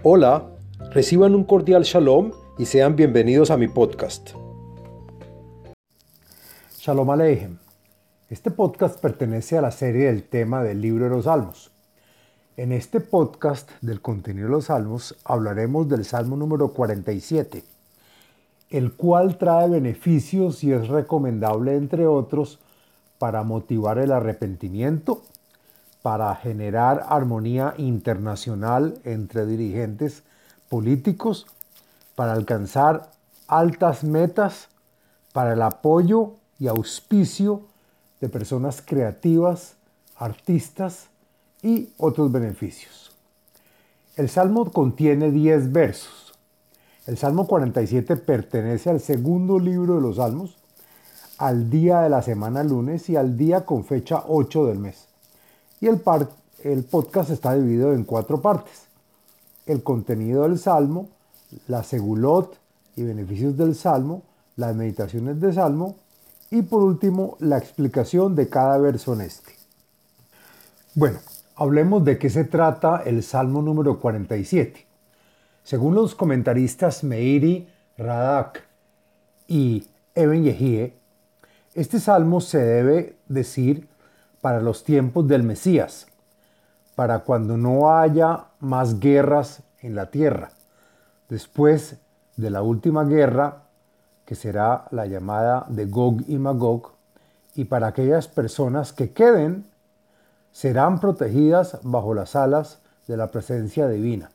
Hola, reciban un cordial shalom y sean bienvenidos a mi podcast. Shalom Aleichem. Este podcast pertenece a la serie del tema del libro de los Salmos. En este podcast del contenido de los Salmos hablaremos del Salmo número 47, el cual trae beneficios y es recomendable, entre otros, para motivar el arrepentimiento, para generar armonía internacional entre dirigentes políticos, para alcanzar altas metas, para el apoyo y auspicio de personas creativas, artistas y otros beneficios. El Salmo contiene 10 versos. El Salmo 47 pertenece al segundo libro de los Salmos, al día de la semana lunes y al día con fecha 8 del mes. Y el podcast está dividido en 4 partes. El contenido del Salmo, la segulot y beneficios del Salmo, las meditaciones del Salmo y por último la explicación de cada verso en este. Bueno, hablemos de qué se trata el Salmo número 47. Según los comentaristas Meiri, Radak y Eben Yehie, este salmo se debe decir para los tiempos del Mesías, para cuando no haya más guerras en la tierra, después de la última guerra, que será la llamada de Gog y Magog, y para aquellas personas que queden, serán protegidas bajo las alas de la presencia divina.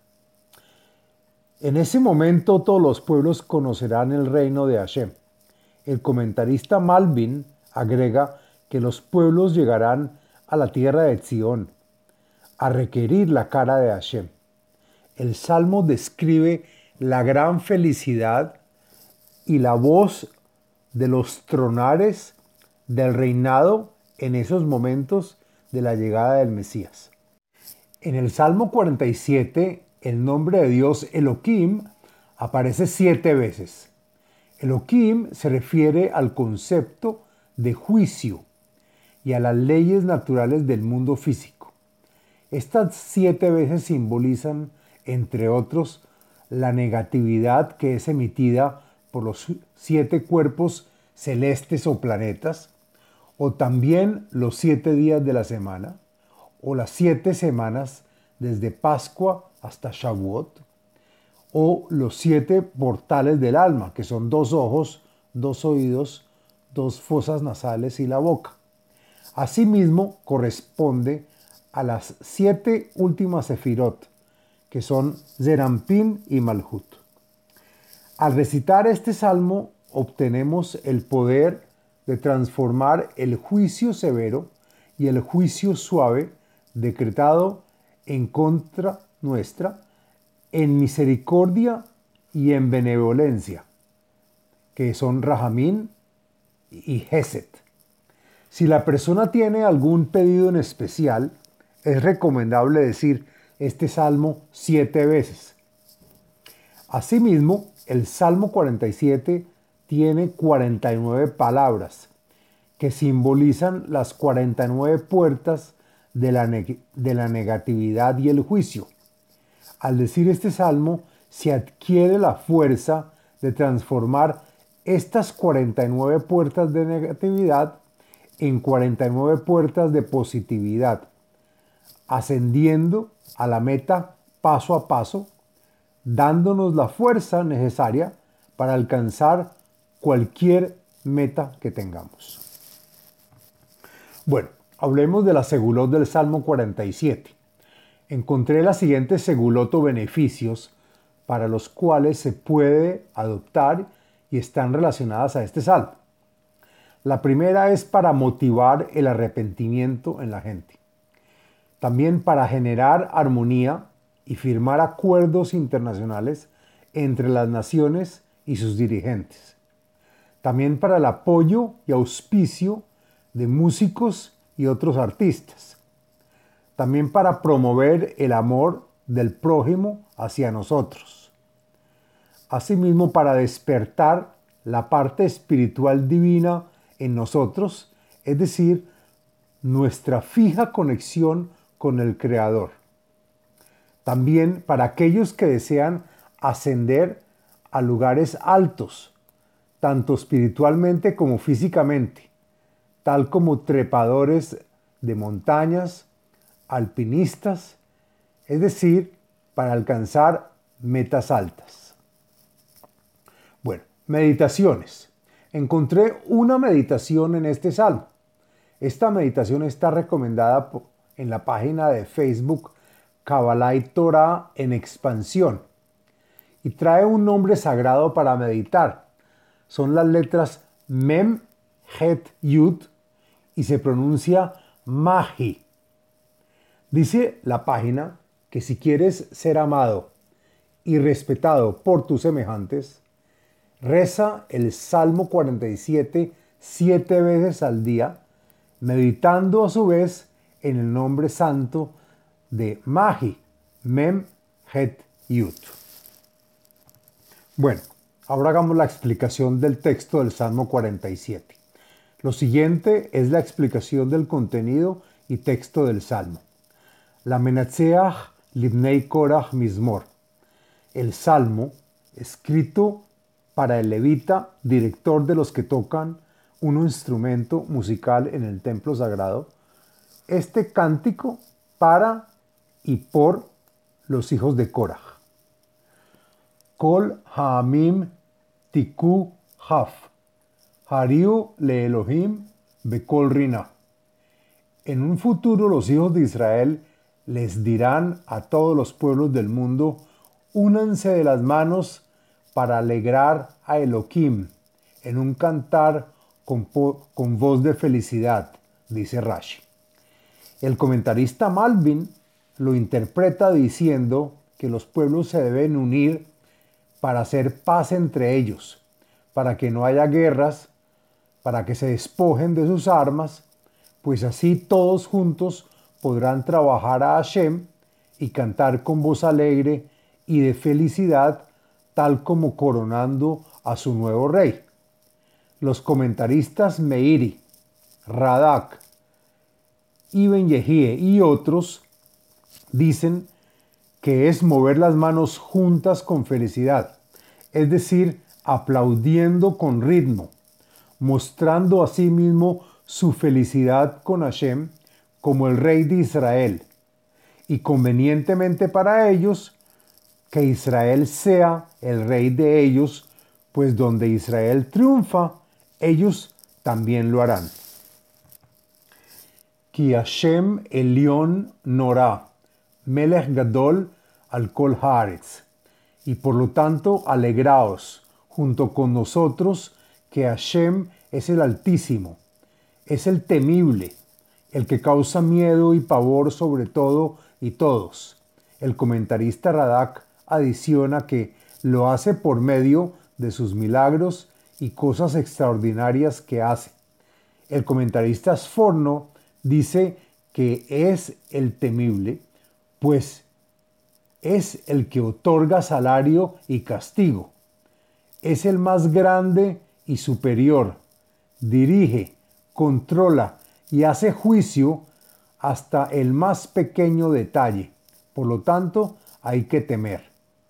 En ese momento todos los pueblos conocerán el reino de Hashem. El comentarista Malvin agrega que los pueblos llegarán a la tierra de Zion a requerir la cara de Hashem. El Salmo describe la gran felicidad y la voz de los tronares del reinado en esos momentos de la llegada del Mesías. En el Salmo 47, el nombre de Dios Elohim aparece 7 veces. Elohim se refiere al concepto de juicio y a las leyes naturales del mundo físico. Estas 7 veces simbolizan, entre otros, la negatividad que es emitida por los 7 cuerpos celestes o planetas, o también los 7 días de la semana, o las 7 semanas desde Pascua hasta Shavuot, o los 7 portales del alma, que son 2 ojos, 2 oídos, 2 fosas nasales y la boca. Asimismo, corresponde a las 7 últimas sefirot, que son Zerampín y Malhut. Al recitar este salmo, obtenemos el poder de transformar el juicio severo y el juicio suave decretado en contra nuestra en misericordia y en benevolencia, que son Rahamín y Hesed. Si la persona tiene algún pedido en especial, es recomendable decir este salmo 7 veces. Asimismo, el Salmo 47 tiene 49 palabras que simbolizan las 49 puertas de la negatividad y el juicio. Al decir este salmo, se adquiere la fuerza de transformar estas 49 puertas de negatividad en 49 puertas de positividad, ascendiendo a la meta paso a paso, dándonos la fuerza necesaria para alcanzar cualquier meta que tengamos. Bueno, hablemos de la segulot del Salmo 47. Encontré las siguientes segulot o beneficios para los cuales se puede adoptar y están relacionadas a este salmo. La primera es para motivar el arrepentimiento en la gente. También para generar armonía y firmar acuerdos internacionales entre las naciones y sus dirigentes. También para el apoyo y auspicio de músicos y otros artistas. También para promover el amor del prójimo hacia nosotros. Asimismo, para despertar la parte espiritual divina en nosotros, es decir, nuestra fija conexión con el Creador. También para aquellos que desean ascender a lugares altos, tanto espiritualmente como físicamente, tal como trepadores de montañas, alpinistas, es decir, para alcanzar metas altas. Bueno, meditaciones. Encontré una meditación en este salmo. Esta meditación está recomendada en la página de Facebook Kabbalah y Torah en expansión y trae un nombre sagrado para meditar. Son las letras Mem, Het, Yud y se pronuncia Mahi. Dice la página que si quieres ser amado y respetado por tus semejantes, reza el Salmo 47 7 veces al día, meditando a su vez en el nombre santo de Mahi, Mem, Het, Yud. Bueno, ahora hagamos la explicación del texto del Salmo 47. Lo siguiente es la explicación del contenido y texto del Salmo. La Menatzeach Libnei Korach Mizmor. El Salmo, escrito para el levita, director de los que tocan un instrumento musical en el templo sagrado. Este cántico para y por los hijos de Korach. Kol Ha'amim Tiku Haf. Hariu le Elohim Bekol Rina. En un futuro los hijos de Israel les dirán a todos los pueblos del mundo, únanse de las manos para alegrar a Elohim en un cantar con voz de felicidad, dice Rashi. El comentarista Malvin lo interpreta diciendo que los pueblos se deben unir para hacer paz entre ellos, para que no haya guerras, para que se despojen de sus armas, pues así todos juntos podrán trabajar a Hashem y cantar con voz alegre y de felicidad, tal como coronando a su nuevo rey. Los comentaristas Meiri, Radak, Ibn Yehie y otros dicen que es mover las manos juntas con felicidad, es decir, aplaudiendo con ritmo, mostrando a sí mismo su felicidad con Hashem como el rey de Israel, y convenientemente para ellos que Israel sea el rey de ellos, pues donde Israel triunfa, ellos también lo harán. Ki Hashem Elion Norah, Melech Gadol al Kol Haaretz. Y por lo tanto, alegraos junto con nosotros que Hashem es el Altísimo, es el temible, el que causa miedo y pavor sobre todo y todos. El comentarista Radak adiciona que lo hace por medio de sus milagros y cosas extraordinarias que hace. El comentarista Sforno dice que es el temible, pues es el que otorga salario y castigo. Es el más grande y superior. Dirige, controla y hace juicio hasta el más pequeño detalle. Por lo tanto, hay que temer.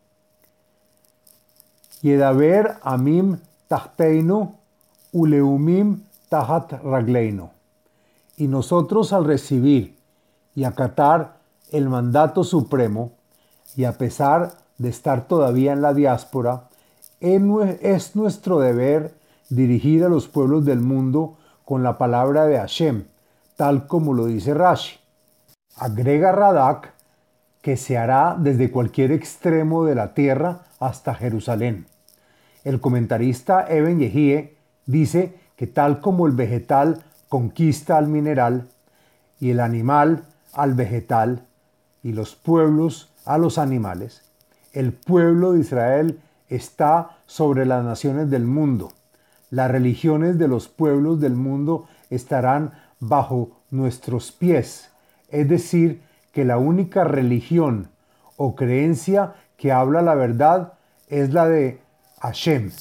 Yedaber amim tachteinu uleumim tahat ragleinu. Y nosotros al recibir y acatar el mandato supremo, y a pesar de estar todavía en la diáspora, es nuestro deber dirigir a los pueblos del mundo con la palabra de Hashem, tal como lo dice Rashi. Agrega Radak que se hará desde cualquier extremo de la tierra hasta Jerusalén. El comentarista Ibn Yehie dice que tal como el vegetal conquista al mineral y el animal al vegetal y los pueblos a los animales, el pueblo de Israel está sobre las naciones del mundo. Las religiones de los pueblos del mundo estarán bajo nuestros pies, es decir, que la única religión o creencia que habla la verdad es la de Hashem.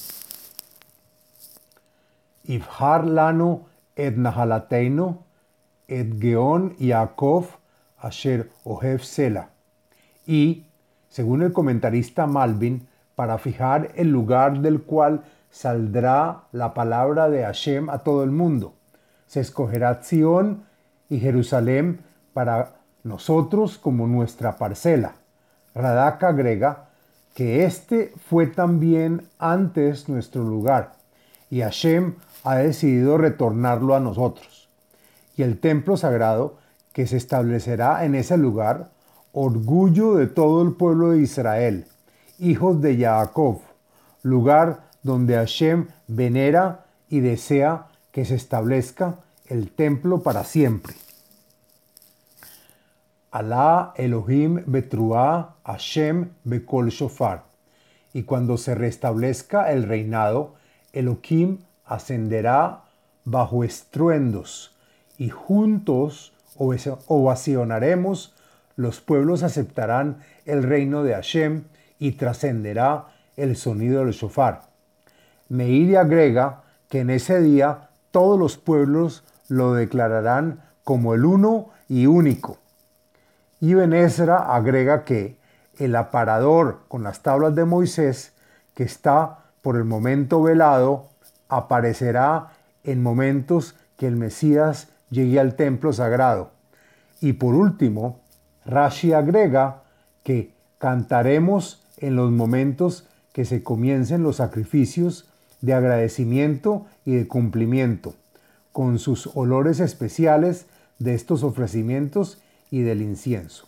Ivhar lanu et nahalateinu et geon Yaakov asher ohev sela. y, según el comentarista Malvin, para fijar el lugar del cual saldrá la palabra de Hashem a todo el mundo. Se escogerá Sion y Jerusalén para nosotros como nuestra parcela. Radak agrega que este fue también antes nuestro lugar y Hashem ha decidido retornarlo a nosotros. Y el templo sagrado que se establecerá en ese lugar, orgullo de todo el pueblo de Israel, hijos de Jacob, lugar donde Hashem venera y desea que se establezca el templo para siempre. Alá Elohim betruá Hashem bekol shofar. Y cuando se restablezca el reinado, Elohim ascenderá bajo estruendos, y juntos ovacionaremos, los pueblos aceptarán el reino de Hashem y trascenderá el sonido del shofar. Meiri agrega que en ese día todos los pueblos lo declararán como el uno y único. Ibn Ezra agrega que el aparador con las tablas de Moisés, que está por el momento velado, aparecerá en momentos que el Mesías llegue al templo sagrado. Y por último, Rashi agrega que cantaremos en los momentos que se comiencen los sacrificios de agradecimiento y de cumplimiento, con sus olores especiales de estos ofrecimientos y del incienso.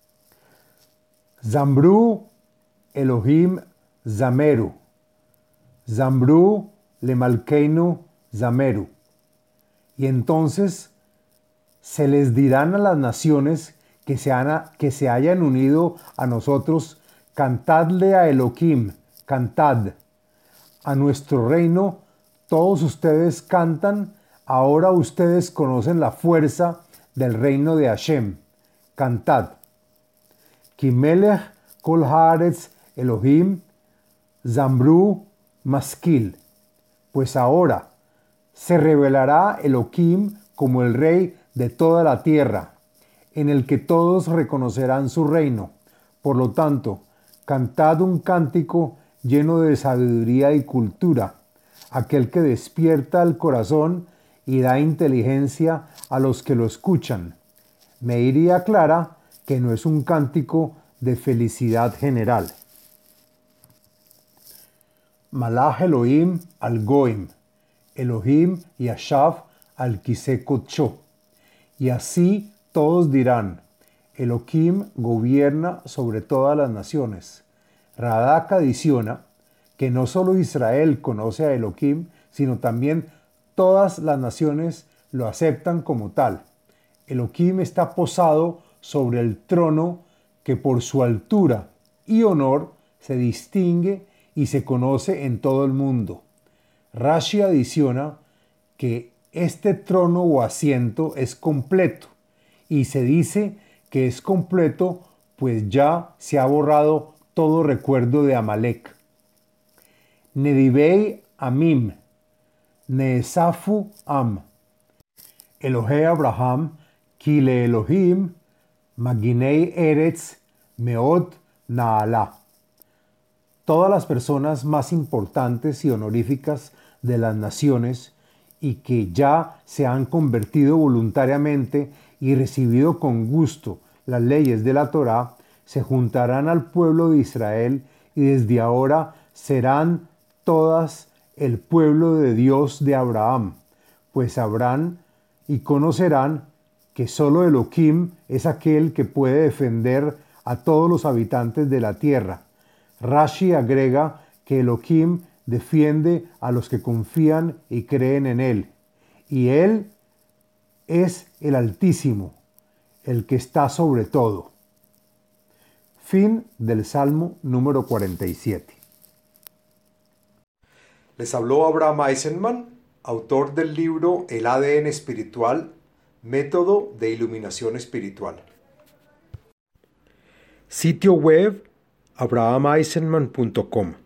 Zambru Elohim Zameru, Zambru Lemalkeinu Zameru. Y entonces se les dirán a las naciones que se hayan unido a nosotros, cantadle a Elohim, cantad. A nuestro reino todos ustedes cantan, ahora ustedes conocen la fuerza del reino de Hashem, cantad. Kimelech kol haaretz Elohim, Zambru maskil. Pues ahora se revelará Elohim como el rey de toda la tierra, en el que todos reconocerán su reino. Por lo tanto, cantad un cántico lleno de sabiduría y cultura, aquel que despierta el corazón y da inteligencia a los que lo escuchan. Meiri aclara que no es un cántico de felicidad general. Malach Elohim al Goim, Elohim Yashav al Kiseh Kodsho. Y así todos dirán, Elohim gobierna sobre todas las naciones. Radak adiciona que no solo Israel conoce a Elohim, sino también todas las naciones lo aceptan como tal. Elohim está posado sobre el trono que por su altura y honor se distingue y se conoce en todo el mundo. Rashi adiciona que este trono o asiento es completo y se dice que es completo pues ya se ha borrado todo recuerdo de Amalek. Nedivei Amim, Neesafu Am, Elohei Abraham, Kile Elohim, Maginei Eretz, Meod Naalá. Todas las personas más importantes y honoríficas de las naciones y que ya se han convertido voluntariamente y recibido con gusto las leyes de la Torá, se juntarán al pueblo de Israel y desde ahora serán todas el pueblo de Dios de Abraham, pues sabrán y conocerán que solo Elohim es aquel que puede defender a todos los habitantes de la tierra. Rashi agrega que Elohim defiende a los que confían y creen en él, y él es el Altísimo, el que está sobre todo. Fin del Salmo número 47. Les habló Abraham Eisenman, autor del libro El ADN espiritual, método de iluminación espiritual. Sitio web abrahameisenman.com